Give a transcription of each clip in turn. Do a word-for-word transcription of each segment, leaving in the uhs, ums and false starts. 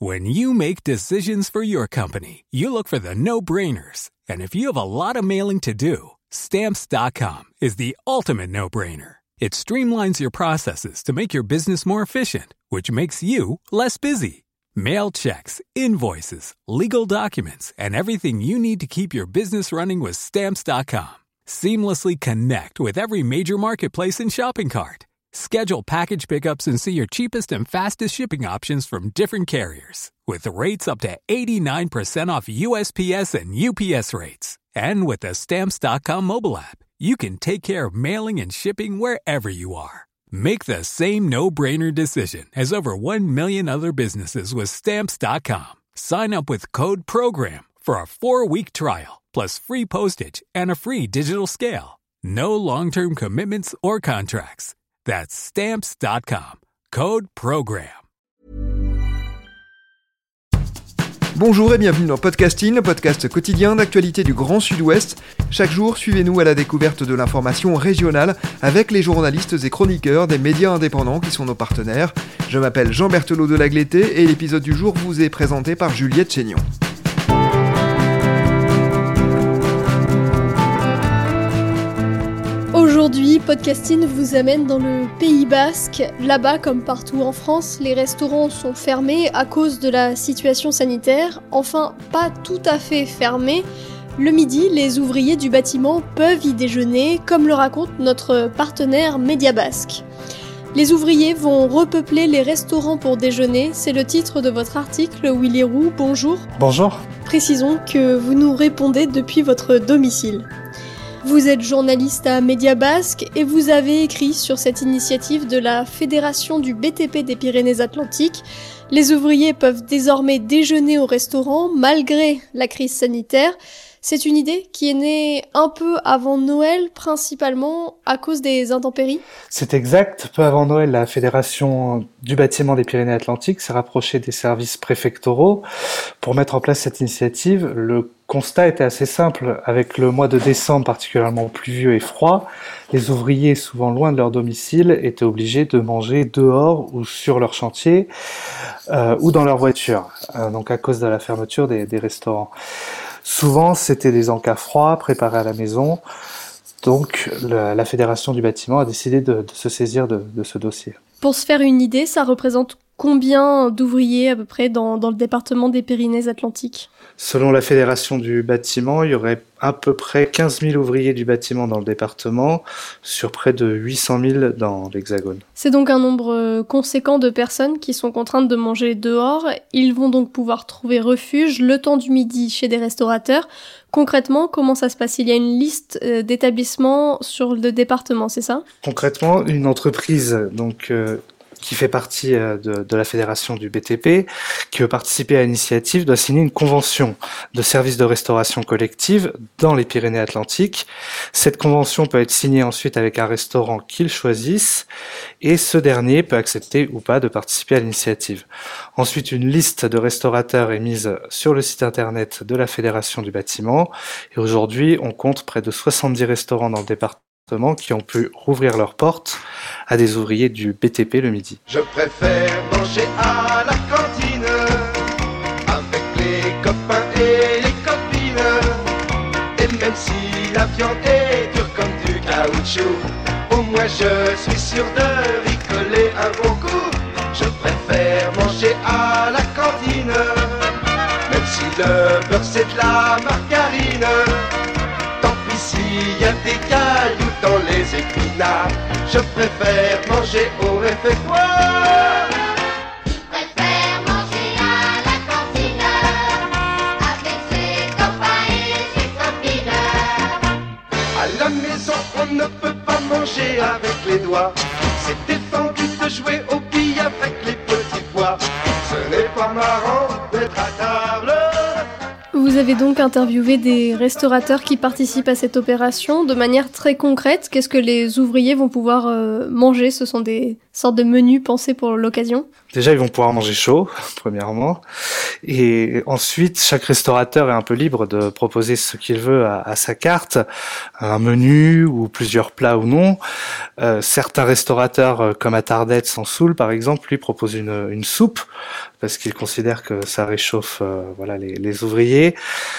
When you make decisions for your company, you look for the no-brainers. And if you have a lot of mailing to do, Stamps dot com is the ultimate no-brainer. It streamlines your processes to make your business more efficient, which makes you less busy. Mail checks, invoices, legal documents, and everything you need to keep your business running with Stamps dot com. Seamlessly connect with every major marketplace and shopping cart. Schedule package pickups and see your cheapest and fastest shipping options from different carriers. With rates up to eighty-nine percent off U S P S and U P S rates. And with the Stamps dot com mobile app, you can take care of mailing and shipping wherever you are. Make the same no-brainer decision as over one million other businesses with Stamps dot com. Sign up with code PROGRAM for a four-week trial, plus free postage and a free digital scale. No long-term commitments or contracts. That's Stamps dot com. Code PROGRAM. Bonjour et bienvenue dans Podcasting, le podcast quotidien d'actualité du Grand Sud-Ouest. Chaque jour, suivez-nous à la découverte de l'information régionale avec les journalistes et chroniqueurs des médias indépendants qui sont nos partenaires. Je m'appelle Jean Berthelot de Lagleté et l'épisode du jour vous est présenté par Juliette Chénion. Aujourd'hui, Podcasting vous amène dans le Pays Basque. Là-bas, comme partout en France, les restaurants sont fermés à cause de la situation sanitaire. Enfin, pas tout à fait fermés. Le midi, les ouvriers du bâtiment peuvent y déjeuner, comme le raconte notre partenaire Média Basque. Les ouvriers vont repeupler les restaurants pour déjeuner, c'est le titre de votre article, Willy Roux. Bonjour. Bonjour. Précisons que vous nous répondez depuis votre domicile. Vous êtes journaliste à Média Basque et vous avez écrit sur cette initiative de la Fédération du B T P des Pyrénées-Atlantiques. Les ouvriers peuvent désormais déjeuner au restaurant malgré la crise sanitaire. C'est une idée qui est née un peu avant Noël, principalement à cause des intempéries. C'est exact. Peu avant Noël, la Fédération du bâtiment des Pyrénées-Atlantiques s'est rapprochée des services préfectoraux pour mettre en place cette initiative. Le constat était assez simple. Avec le mois de décembre particulièrement pluvieux et froid, les ouvriers, souvent loin de leur domicile, étaient obligés de manger dehors ou sur leur chantier euh, ou dans leur voiture, euh, donc à cause de la fermeture des, des restaurants. Souvent, c'était des encas froids préparés à la maison. Donc, le, la Fédération du bâtiment a décidé de, de se saisir de, de ce dossier. Pour se faire une idée, ça représente combien d'ouvriers à peu près dans, dans le département des Pyrénées-Atlantiques ? Selon la Fédération du bâtiment, il y aurait à peu près quinze mille ouvriers du bâtiment dans le département, sur près de huit cent mille dans l'Hexagone. C'est donc un nombre conséquent de personnes qui sont contraintes de manger dehors. Ils vont donc pouvoir trouver refuge le temps du midi chez des restaurateurs. Concrètement, comment ça se passe ? Il y a une liste d'établissements sur le département, c'est ça ? Concrètement, une entreprise donc euh, qui fait partie de, de la fédération du B T P, qui veut participer à l'initiative, doit signer une convention de service de restauration collective dans les Pyrénées-Atlantiques. Cette convention peut être signée ensuite avec un restaurant qu'ils choisissent, et ce dernier peut accepter ou pas de participer à l'initiative. Ensuite, une liste de restaurateurs est mise sur le site internet de la fédération du bâtiment, et aujourd'hui, on compte près de soixante-dix restaurants dans le département qui ont pu rouvrir leurs portes à des ouvriers du B T P le midi. Je préfère manger à la cantine avec les copains et les copines. Et même si la viande est dure comme du caoutchouc, au moins je suis sûr de rigoler un bon coup. Je préfère manger à la cantine, même si le beurre c'est de la margarine. Tant pis s'il y a des cailloux dans les épinards, je préfère manger au réfectoire. Je préfère manger à la cantine avec ses copains et ses copines. À la maison, on ne peut pas manger avec les doigts. C'est défendu de jouer aux billes avec les petits pois. Ce n'est pas marrant d'être à table. Vous avez donc interviewé des restaurateurs qui participent à cette opération de manière très concrète. Qu'est-ce que les ouvriers vont pouvoir euh, manger ? Ce sont des, sorte de menu pensé pour l'occasion? Déjà, ils vont pouvoir manger chaud, premièrement. Et ensuite, chaque restaurateur est un peu libre de proposer ce qu'il veut à, à sa carte, un menu ou plusieurs plats ou non. Euh, certains restaurateurs, comme à Tardette, sans Soul, par exemple, lui proposent une, une soupe parce qu'ils considèrent que ça réchauffe euh, voilà, les, les ouvriers.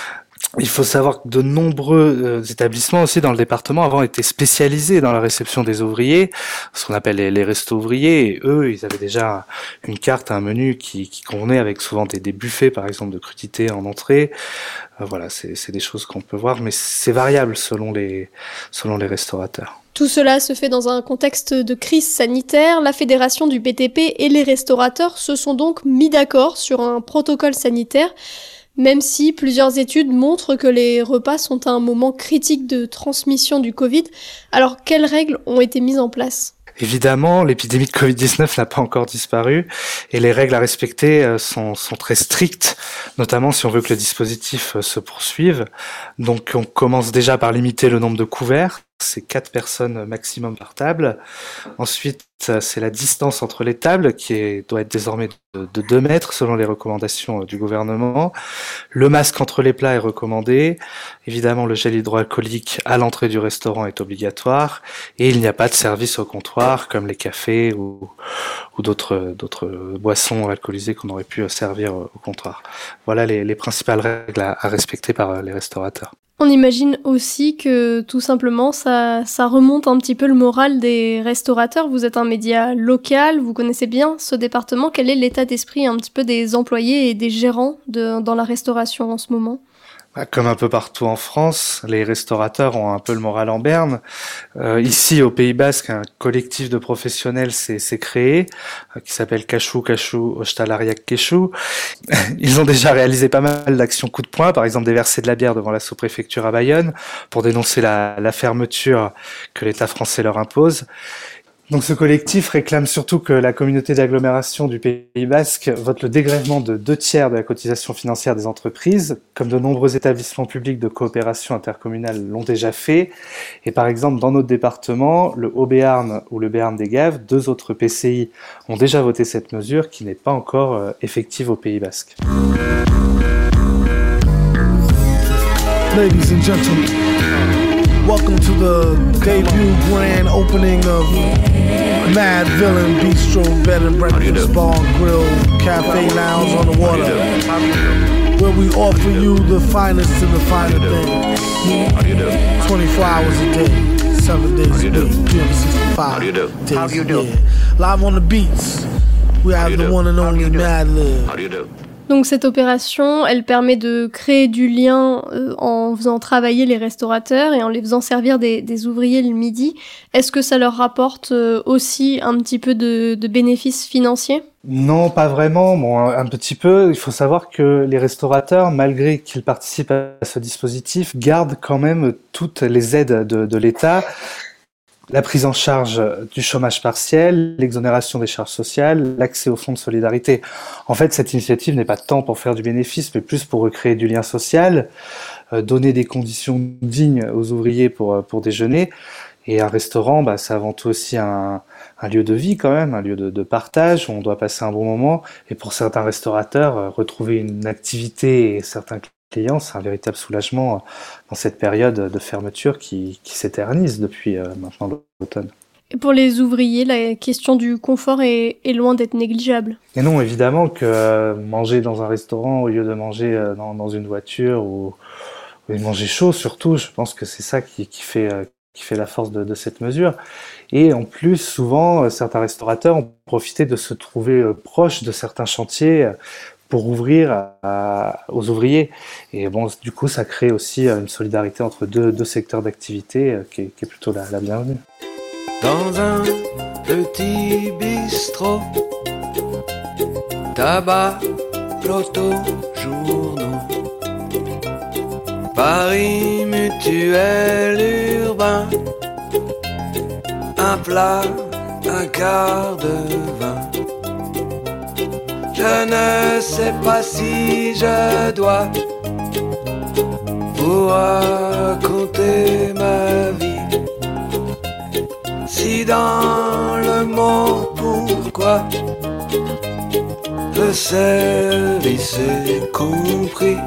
Il faut savoir que de nombreux établissements aussi dans le département avant étaient spécialisés dans la réception des ouvriers, ce qu'on appelle les, les restos ouvriers, et eux, ils avaient déjà une carte, un menu qui, qui convenait avec souvent des, des buffets, par exemple, de crudités en entrée. Euh, voilà, c'est, c'est des choses qu'on peut voir, mais c'est variable selon les, selon les restaurateurs. Tout cela se fait dans un contexte de crise sanitaire. La fédération du B T P et les restaurateurs se sont donc mis d'accord sur un protocole sanitaire, même si plusieurs études montrent que les repas sont à un moment critique de transmission du Covid. Alors, quelles règles ont été mises en place ? Évidemment, l'épidémie de covid dix-neuf n'a pas encore disparu et les règles à respecter sont, sont très strictes, notamment si on veut que le dispositif se poursuive. Donc, on commence déjà par limiter le nombre de couverts. C'est quatre personnes maximum par table. Ensuite, c'est la distance entre les tables qui est, doit être désormais de, de deux mètres selon les recommandations du gouvernement. Le masque entre les plats est recommandé. Évidemment, le gel hydroalcoolique à l'entrée du restaurant est obligatoire. Et il n'y a pas de service au comptoir comme les cafés ou, ou d'autres, d'autres boissons alcoolisées qu'on aurait pu servir au comptoir. Voilà les, les principales règles à, à respecter par les restaurateurs. On imagine aussi que tout simplement ça, ça remonte un petit peu le moral des restaurateurs. Vous êtes un média local, vous connaissez bien ce département. Quel est l'état d'esprit un petit peu des employés et des gérants de, dans la restauration en ce moment ? Comme un peu partout en France, les restaurateurs ont un peu le moral en berne. Euh, ici, au Pays Basque, un collectif de professionnels s'est, s'est créé, euh, qui s'appelle Kachu Kachu Ostalariak Keshu. Ils ont déjà réalisé pas mal d'actions coup de poing, par exemple déverser de la bière devant la sous-préfecture à Bayonne, pour dénoncer la, la fermeture que l'État français leur impose. Donc ce collectif réclame surtout que la communauté d'agglomération du Pays Basque vote le dégrèvement de deux tiers de la cotisation financière des entreprises, comme de nombreux établissements publics de coopération intercommunale l'ont déjà fait. Et par exemple, dans notre département, le Haut-Béarn ou le Béarn des Gaves, deux autres P C I, ont déjà voté cette mesure qui n'est pas encore euh, effective au Pays Basque. Ladies and gentlemen, welcome to the debut grand opening of Mad Villain Bistro Bed and Breakfast Bar Grill Cafe Lounge on the water, where we offer you the finest of the finer things. twenty-four hours a day, seven days a week, three hundred sixty-five days a year. Live on the beats, we have the one and only Mad Lib. Donc cette opération, elle permet de créer du lien euh, en faisant travailler les restaurateurs et en les faisant servir des, des ouvriers le midi. Est-ce que ça leur rapporte euh, aussi un petit peu de, de bénéfices financiers ? Non, pas vraiment. Bon, un, un petit peu. Il faut savoir que les restaurateurs, malgré qu'ils participent à ce dispositif, gardent quand même toutes les aides de, de l'État. La prise en charge du chômage partiel, l'exonération des charges sociales, l'accès au fonds de solidarité. En fait, cette initiative n'est pas tant pour faire du bénéfice, mais plus pour recréer du lien social, euh, donner des conditions dignes aux ouvriers pour, pour déjeuner. Et un restaurant, bah, c'est avant tout aussi un, un lieu de vie quand même, un lieu de, de partage où on doit passer un bon moment. Et pour certains restaurateurs, euh, retrouver une activité et certains clients, c'est un véritable soulagement dans cette période de fermeture qui, qui s'éternise depuis euh, maintenant l'automne. Et pour les ouvriers, la question du confort est, est loin d'être négligeable. Et non, évidemment que euh, manger dans un restaurant au lieu de manger euh, dans, dans une voiture ou, ou manger chaud surtout, je pense que c'est ça qui, qui, fait, euh, qui fait la force de, de cette mesure. Et en plus, souvent, euh, certains restaurateurs ont profité de se trouver euh, proches de certains chantiers euh, pour ouvrir à, à, aux ouvriers. Et bon, du coup, ça crée aussi une solidarité entre deux, deux secteurs d'activité euh, qui, est, qui est plutôt la, la bienvenue. Dans un petit bistrot, tabac, loto, journaux, Paris mutuel urbain, un plat, un quart de vin. Je ne sais pas si je dois vous raconter ma vie. Si dans le vraiment pourquoi le service est compris.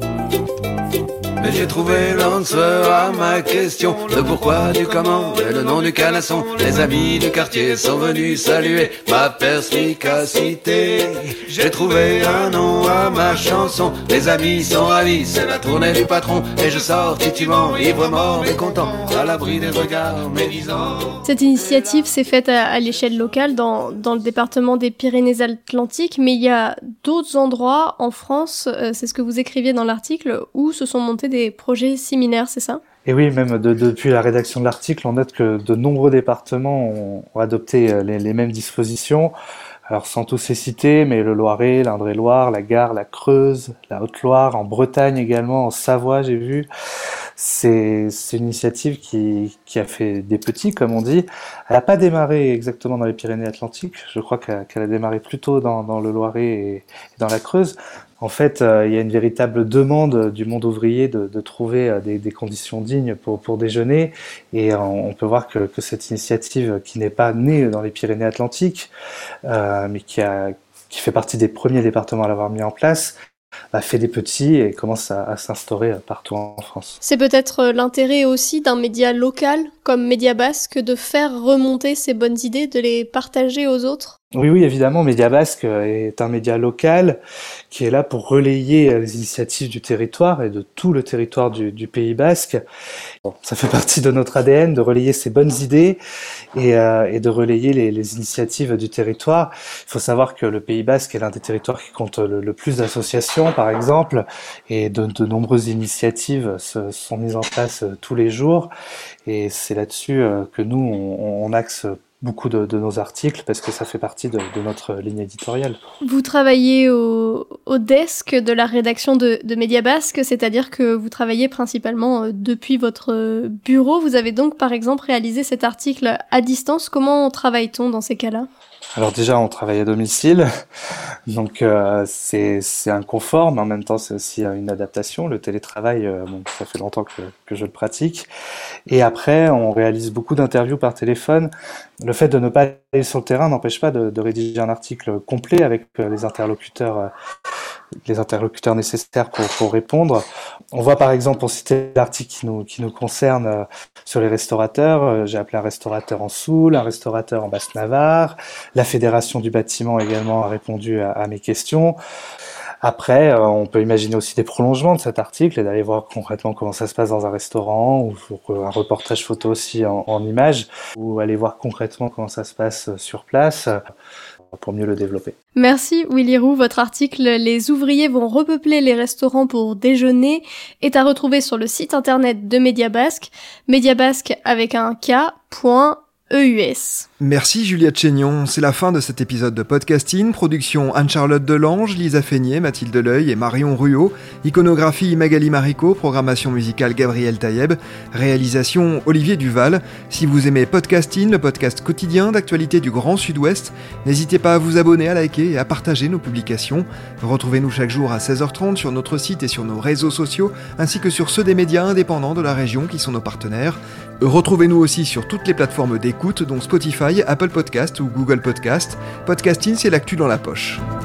Mais j'ai trouvé l'answer à ma question. Le pourquoi du comment et le nom du canasson. Les amis du quartier sont venus saluer ma perspicacité. J'ai trouvé un nom à ma chanson. Les amis sont ravis, c'est la tournée du patron. Et je sors titubant, ivre mort mais content, à l'abri des regards médisants. Cette initiative s'est faite à, à l'échelle locale dans, dans le département des Pyrénées-Atlantiques, mais il y a d'autres endroits en France, euh, c'est ce que vous écriviez dans l'article, où se sont montés des projets similaires, c'est ça ? Et oui, même de, depuis la rédaction de l'article, on note que de nombreux départements ont, ont adopté les, les mêmes dispositions. Alors sans tous les citer, mais le Loiret, l'Indre-et-Loire, la Gare, la Creuse, la Haute-Loire, en Bretagne également, en Savoie, j'ai vu. C'est, c'est une initiative qui, qui a fait des petits, comme on dit. Elle n'a pas démarré exactement dans les Pyrénées-Atlantiques. Je crois qu'elle, qu'elle a démarré plutôt dans, dans le Loiret et, et dans la Creuse. En fait, euh, il y a une véritable demande du monde ouvrier de, de trouver euh, des, des conditions dignes pour, pour déjeuner. Et euh, on peut voir que, que cette initiative, qui n'est pas née dans les Pyrénées-Atlantiques, euh, mais qui, a, qui fait partie des premiers départements à l'avoir mis en place, a fait des petits et commence à, à s'instaurer partout en France. C'est peut-être l'intérêt aussi d'un média local comme Média Basque de faire remonter ces bonnes idées, de les partager aux autres. Oui, oui, évidemment, Média Basque est un média local qui est là pour relayer les initiatives du territoire et de tout le territoire du, du Pays Basque. Bon, ça fait partie de notre A D N de relayer ces bonnes idées et, euh, et de relayer les, les initiatives du territoire. Il faut savoir que le Pays Basque est l'un des territoires qui compte le, le plus d'associations, par exemple, et de, de nombreuses initiatives se, sont mises en place tous les jours. Et c'est là-dessus que nous, on, on axe beaucoup de, de nos articles parce que ça fait partie de, de notre ligne éditoriale. Vous travaillez au, au desk de la rédaction de, de Média Basque, c'est-à-dire que vous travaillez principalement depuis votre bureau. Vous avez donc par exemple réalisé cet article à distance. Comment travaille-t-on dans ces cas-là ? Alors déjà, on travaille à domicile, donc euh, c'est, c'est un confort, mais en même temps, c'est aussi une adaptation. Le télétravail, euh, bon, ça fait longtemps que, que je le pratique. Et après, on réalise beaucoup d'interviews par téléphone. Le fait de ne pas aller sur le terrain n'empêche pas de, de rédiger un article complet avec les interlocuteurs, euh, les interlocuteurs nécessaires pour, pour répondre. On voit par exemple, pour citer l'article qui nous, qui nous concerne euh, sur les restaurateurs, euh, j'ai appelé un restaurateur en Soule, un restaurateur en Basse-Navarre. La Fédération du bâtiment également a répondu à, à mes questions. Après, euh, on peut imaginer aussi des prolongements de cet article et d'aller voir concrètement comment ça se passe dans un restaurant ou un reportage photo aussi en, en images ou aller voir concrètement comment ça se passe sur place euh, pour mieux le développer. Merci Willy Roux. Votre article « Les ouvriers vont repeupler les restaurants pour déjeuner » est à retrouver sur le site internet de Média Basque, Média Basque avec un K, point E U S. Merci Juliette Chénion, c'est la fin de cet épisode de Podcasting. Production Anne-Charlotte Delange, Lisa Feignet, Mathilde Leuil et Marion Ruot. Iconographie Magali Marico, programmation musicale Gabriel Taïeb, réalisation Olivier Duval. Si vous aimez Podcasting, le podcast quotidien d'actualité du Grand Sud-Ouest, n'hésitez pas à vous abonner, à liker et à partager nos publications. Retrouvez-nous chaque jour à seize heures trente sur notre site et sur nos réseaux sociaux, ainsi que sur ceux des médias indépendants de la région qui sont nos partenaires. Retrouvez-nous aussi sur toutes les plateformes d'écoute, dont Spotify, Apple Podcast ou Google Podcast. Podcasting, c'est l'actu dans la poche.